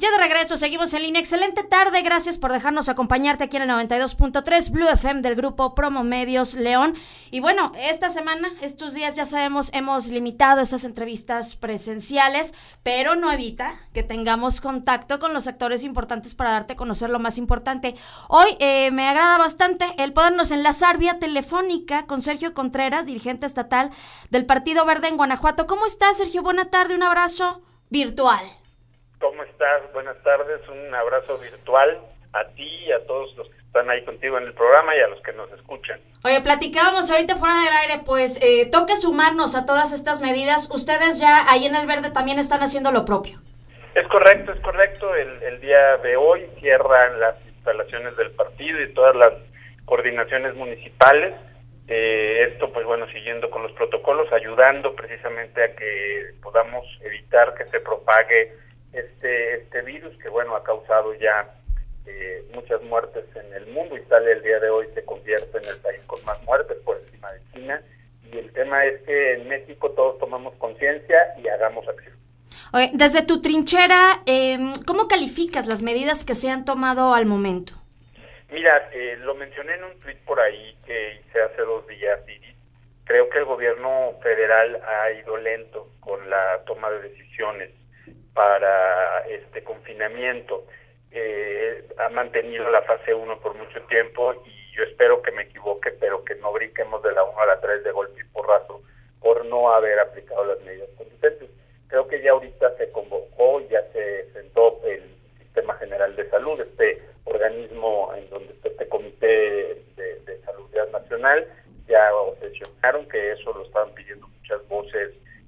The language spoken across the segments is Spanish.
Ya de regreso, seguimos en línea. Excelente tarde, gracias por dejarnos acompañarte aquí en el 92.3 Blue FM del grupo Promo Medios León. Y bueno, esta semana, estos días ya sabemos, hemos limitado esas entrevistas presenciales, pero no evita que tengamos contacto con los actores importantes para darte a conocer lo más importante. Hoy me agrada bastante el podernos enlazar vía telefónica con Sergio Contreras, dirigente estatal del Partido Verde en Guanajuato. ¿Cómo estás, Sergio? Buena tarde, un abrazo virtual. ¿Cómo estás? Buenas tardes, un abrazo virtual a ti y a todos los que están ahí contigo en el programa y a los que nos escuchan. Oye, platicábamos ahorita fuera del aire, pues toca sumarnos a todas estas medidas. Ustedes ya ahí en el Verde también están haciendo lo propio. Es correcto. El día de hoy cierran las instalaciones del partido y todas las coordinaciones municipales. Esto, pues bueno, siguiendo con los protocolos, ayudando precisamente a que podamos evitar que se propague este virus que, bueno, ha causado ya muchas muertes en el mundo. Italia el día de hoy se convierte en el país con más muertes por encima de China, y el tema es que en México todos tomamos conciencia y hagamos acción. Oye, desde tu trinchera, ¿cómo calificas las medidas que se han tomado al momento? Mira, lo mencioné en un tuit por ahí que hice hace 2 días, Iris. Creo que el gobierno federal ha ido lento con la toma de decisiones para este confinamiento. Ha mantenido la fase 1 por mucho tiempo y yo espero que me equivoque, pero que no brinquemos de la 1 a la 3 de golpe y porrazo por no haber aplicado las medidas conducentes. Creo que ya ahorita se convocó, ya se sentó el Sistema General de Salud, este organismo en donde está este Comité de Salubridad Nacional. Ya sesionaron, que eso lo estaban pidiendo muchas voces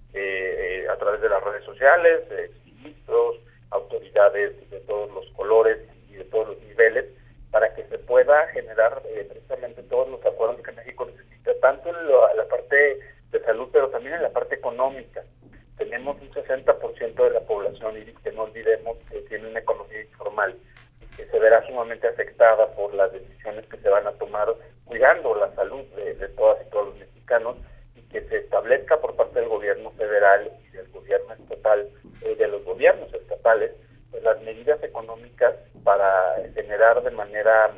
a través de las redes sociales, ministros, autoridades de todos los colores y de todos los niveles, para que se pueda generar precisamente todos los acuerdos que México necesita, tanto en la parte de salud, pero también en la parte económica. Tenemos un 60% de la población, Iris, que no olvidemos, que tiene una economía informal y que se verá sumamente afectada por las decisiones que se van a tomar cuidando la salud de todas y todos los mexicanos, y que se establezca por parte del gobierno federal y del gobierno estatal, de los gobiernos estatales, pues las medidas económicas para generar de manera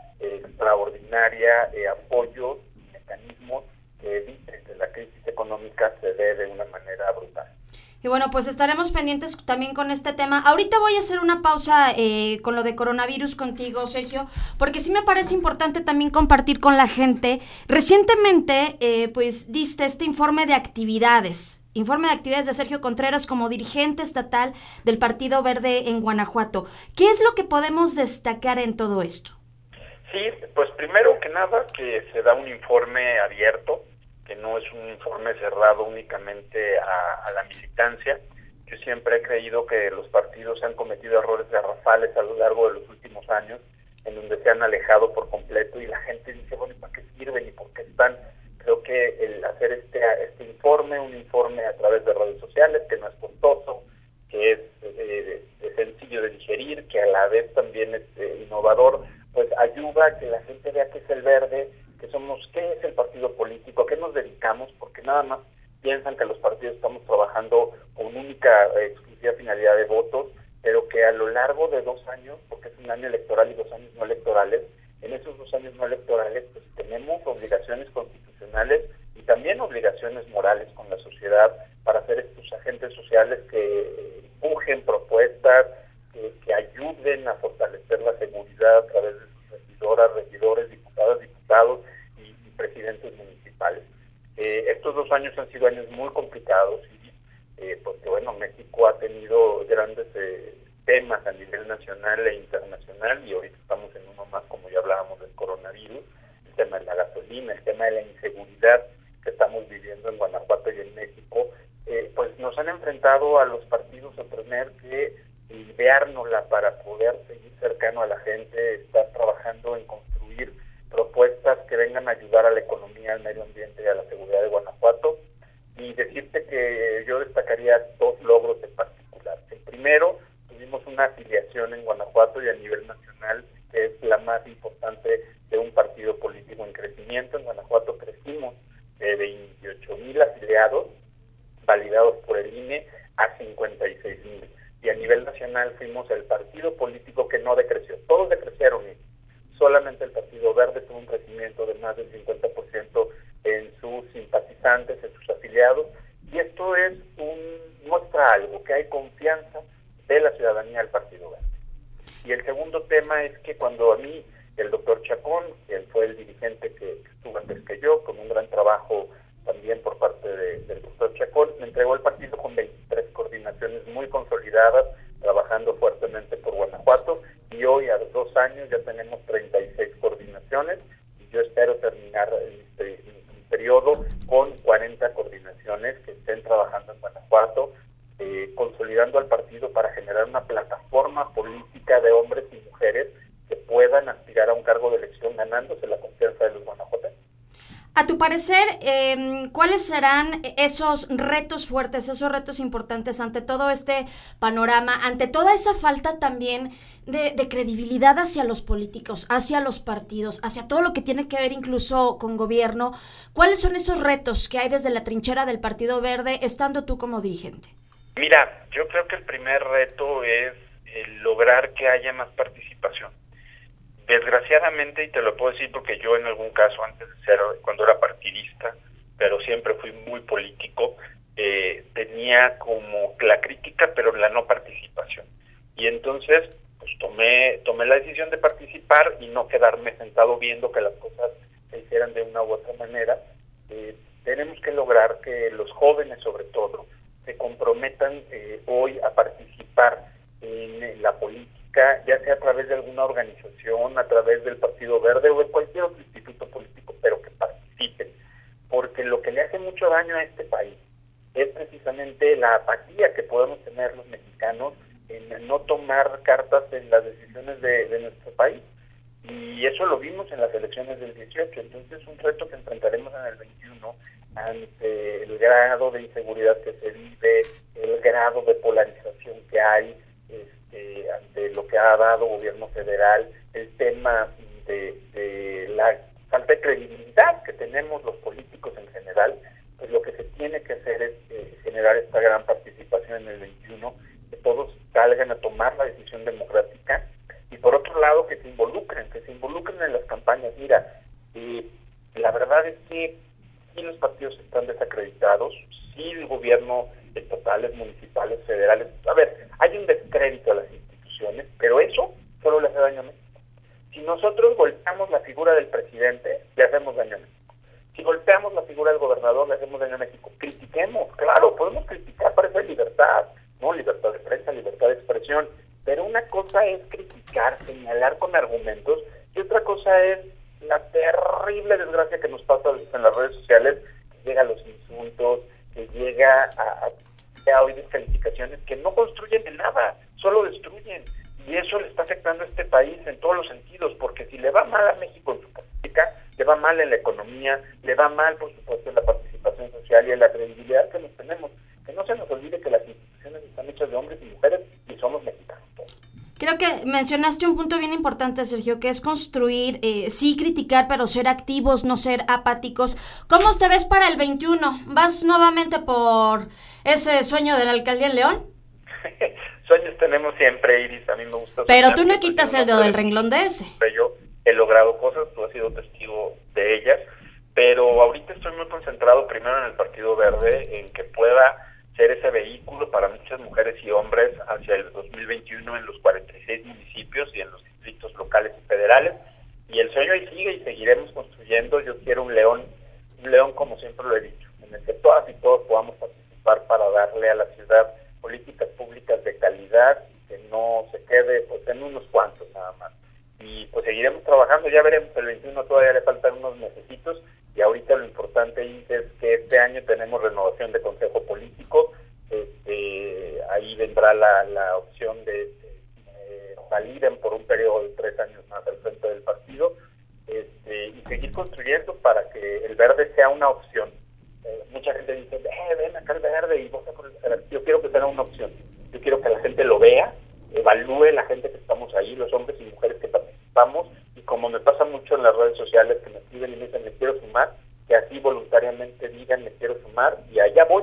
extraordinaria apoyos y mecanismos que eviten que la crisis económica se dé de una manera brutal. Y bueno, pues estaremos pendientes también con este tema. Ahorita voy a hacer una pausa con lo de coronavirus contigo, Sergio, porque sí me parece importante también compartir con la gente. Recientemente, pues diste este informe de actividades de Sergio Contreras como dirigente estatal del Partido Verde en Guanajuato. ¿Qué es lo que podemos destacar en todo esto? Sí, pues primero que nada que se da un informe abierto, que no es un informe cerrado únicamente a la militancia. Yo siempre he creído que los partidos han cometido errores garrafales a lo largo de los últimos años, en donde se han alejado por completo y la gente dice, bueno, ¿y para qué sirven y por qué están? Creo que el hacer este informe, un informe a través de redes sociales, que no es costoso, que es sencillo de digerir, que a la vez también es innovador, pues ayuda a que la gente vea qué es el Verde, qué es el partido político, a qué nos dedicamos, porque nada más piensan que los partidos estamos trabajando con única exclusiva finalidad de votos, pero que a lo largo de 2 años, porque es un año electoral y 2 años no electorales, en esos 2 años no electorales pues tenemos obligaciones constitucionales y también obligaciones morales con la sociedad para ser estos agentes sociales que empujen propuestas, que ayuden a fortalecer la seguridad a través de sus regidores, diputados y presidentes municipales. Estos 2 años han sido años muy complicados porque bueno, México ha tenido grandes temas a nivel nacional e internacional, y ahorita estamos en uno más, como ya hablábamos del coronavirus, el tema de la gasolina, el tema de la inseguridad que estamos viviendo en Guanajuato y en México. Pues nos han enfrentado a los partidos a tener que ideárnosla para poder seguir cercano a la gente, estar trabajando en construir propuestas que vengan a ayudar a la economía, al medio ambiente y a la seguridad de Guanajuato. Y decirte que yo destacaría 2 logros en particular. El primero, tuvimos una afiliación en Guanajuato y a nivel nacional, que es la más importante de un partido político en crecimiento. En Guanajuato crecimos de 28,000 afiliados validados por el INE a 56,000. y a nivel nacional fuimos el partido político que no decreció. Todos decrecieron, solamente el Partido Verde tuvo un crecimiento de más del 50% en sus simpatizantes, en sus afiliados, y esto muestra algo, que hay confianza de la ciudadanía al Partido Verde. Y el segundo tema es que cuando a mí el doctor Chacón, quien fue el dirigente que estuvo antes que yo, con un gran trabajo también por parte del doctor Chacón, me entregó el partido con 23 coordinaciones muy consolidadas, trabajando fuertemente por Guanajuato, y hoy a 2 años ya tenemos 36 coordinaciones, y yo espero terminar este periodo con 40 coordinaciones que estén trabajando en Guanajuato, consolidando al partido para generar una plataforma política de hombres y mujeres que puedan aspirar a un cargo de elección ganándose la confianza de los guanajuatenses. A tu parecer, ¿cuáles serán esos retos fuertes, esos retos importantes ante todo este panorama, ante toda esa falta también de credibilidad hacia los políticos, hacia los partidos, hacia todo lo que tiene que ver incluso con gobierno? ¿Cuáles son esos retos que hay desde la trinchera del Partido Verde, estando tú como dirigente? Mira, yo creo que el primer reto es lograr que haya más participación. Desgraciadamente, y te lo puedo decir porque yo en algún caso, cuando era partidista, pero siempre fui muy político, tenía como la crítica, pero la no participación. Y entonces, pues tomé la decisión de participar y no quedarme sentado viendo que las cosas se hicieran de una u otra manera. Tenemos que lograr que los jóvenes, sobre todo, se comprometan hoy a participar en la política, ya sea a través de alguna organización, a través del Partido Verde o de cualquier otro instituto político, pero que participen, porque lo que le hace mucho daño a este país es precisamente la apatía que podemos tener los mexicanos en no tomar cartas en las decisiones de nuestro país, y eso lo vimos en las elecciones del 18, entonces es un reto que enfrentaremos en el 21 ante el grado de inseguridad que se vive, el grado de polarización que hay, ante lo que ha dado gobierno federal, el tema de la falta de credibilidad que tenemos los políticos en general. Pues lo que se tiene que hacer es generar esta gran participación en el 21, que todos salgan a tomar la decisión democrática, y por otro lado que se involucren en las campañas. Mira, la verdad es que sí los partidos están desacreditados, sí el gobierno estatales, municipales, federales. A ver, hay un descrédito a las instituciones, pero eso solo le hace daño a México. Si nosotros golpeamos la figura del presidente, le hacemos daño a México. Si golpeamos la figura del gobernador, le hacemos daño a México. Critiquemos, claro, podemos criticar, para eso hay libertad, ¿no? Libertad de prensa, libertad de expresión, pero una cosa es criticar, señalar con argumentos, y otra cosa es la terrible desgracia que nos pasa en las redes sociales, que llega a los insultos, que llega a hoy descalificaciones que no construyen en nada, solo destruyen, y eso le está afectando a este país en todos los sentidos, porque si le va mal a México en su política, le va mal en la economía, le va mal, por supuesto, en la participación social y en la credibilidad que nos tenemos. Que no se nos olvide que las instituciones están hechas de hombres y mujeres y somos mexicanos todos. Creo que mencionaste un punto bien importante, Sergio, que es construir, sí criticar, pero ser activos, no ser apáticos. ¿Cómo te ves para el 21? ¿Vas nuevamente por ese sueño de la alcaldía en León? Sueños tenemos siempre, Iris, a mí me gusta. Pero tú no quitas el dedo del renglón de ese. Yo he logrado cosas, tú has sido testigo de ellas, pero ahorita estoy muy concentrado primero en el Partido Verde, en que pueda ser ese vehículo para muchas mujeres y hombres hacia el 2021 en los 46 municipios y en los distritos locales y federales, y el sueño ahí sigue y seguiremos construyendo. Yo quiero un León como siempre lo he dicho, en el que todas y todos podamos participar para darle a la ciudad políticas públicas de calidad y que no se quede pues en unos cuantos nada más. Y pues seguiremos trabajando, ya veremos, el 21 todavía le faltan unos mesecitos, y ahorita lo importante es que este año tenemos renovación de consejo político, ahí vendrá la opción de salir por un periodo de 3 años más al frente del partido, y seguir construyendo para que el verde sea una opción. Mucha gente dice, ven acá el verde y vota por el verde. Yo quiero que sea una opción, yo quiero que la gente lo vea, evalúe la gente que estamos ahí, los hombres y mujeres que participamos, y como me pasa mucho en las redes sociales que me escriben y me dicen me quiero sumar, que así voluntariamente digan me quiero sumar, y allá voy,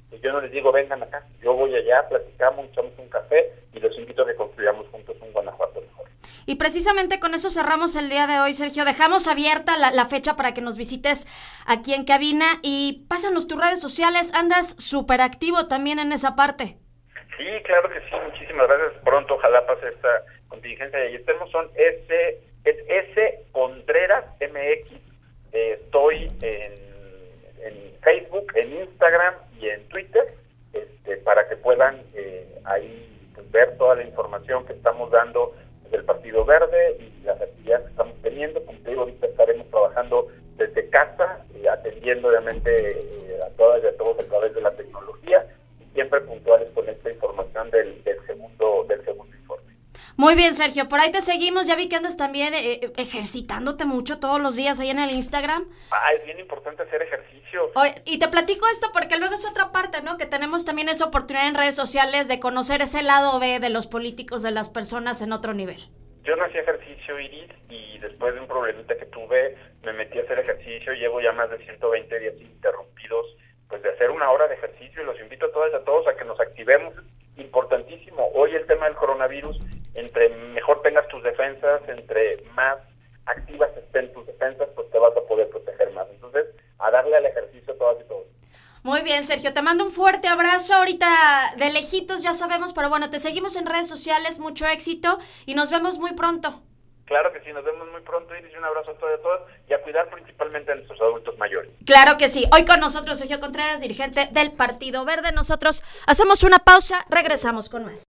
yo no les digo vengan acá, yo voy allá, platicamos, echamos un café y los invito a que construyamos juntos un Guanajuato mejor. Y precisamente con eso cerramos el día de hoy, Sergio. Dejamos abierta la fecha para que nos visites aquí en cabina y pásanos tus redes sociales. Andas súper activo también en esa parte. Sí, claro que sí. Muchísimas gracias. Pronto ojalá pase esta contingencia y ahí estemos. Es S Contreras MX. Estoy en Facebook, en Instagram y en Twitter para que puedan ahí pues, ver toda la información que estamos dando del Partido Verde y las actividades que estamos teniendo. Como te digo, ahorita estaremos trabajando desde casa, atendiendo obviamente a todas y a todos a través de la tecnología y siempre puntuales con esta información del segundo informe. Muy bien, Sergio, por ahí te seguimos. Ya vi que andas también ejercitándote mucho todos los días ahí en el Instagram. Es bien importante hacer ejercicio. Oye, y te platico esto porque luego es otra parte, ¿no? Que tenemos también esa oportunidad en redes sociales de conocer ese lado B de los políticos, de las personas en otro nivel. Yo no hacía ejercicio, Iris, y después de un problemita que tuve, me metí a hacer ejercicio. Llevo ya más de 120 días ininterrumpidos, pues de hacer 1 hora de ejercicio, y los invito a todas y a todos a que nos activemos. Importantísimo. Hoy el tema del coronavirus, entre mejor tengas tus defensas, entre más activas estén tus defensas, pues te vas a poder proteger más. Entonces, a darle al ejercicio todas y todos. Muy bien, Sergio, te mando un fuerte abrazo. Ahorita de lejitos ya sabemos, pero bueno, te seguimos en redes sociales, mucho éxito y nos vemos muy pronto. Claro que sí, nos vemos muy pronto, Iris, y un abrazo a todos y a todas, y a cuidar principalmente a nuestros adultos mayores. Claro que sí. Hoy con nosotros Sergio Contreras, dirigente del Partido Verde. Nosotros hacemos una pausa, regresamos con más.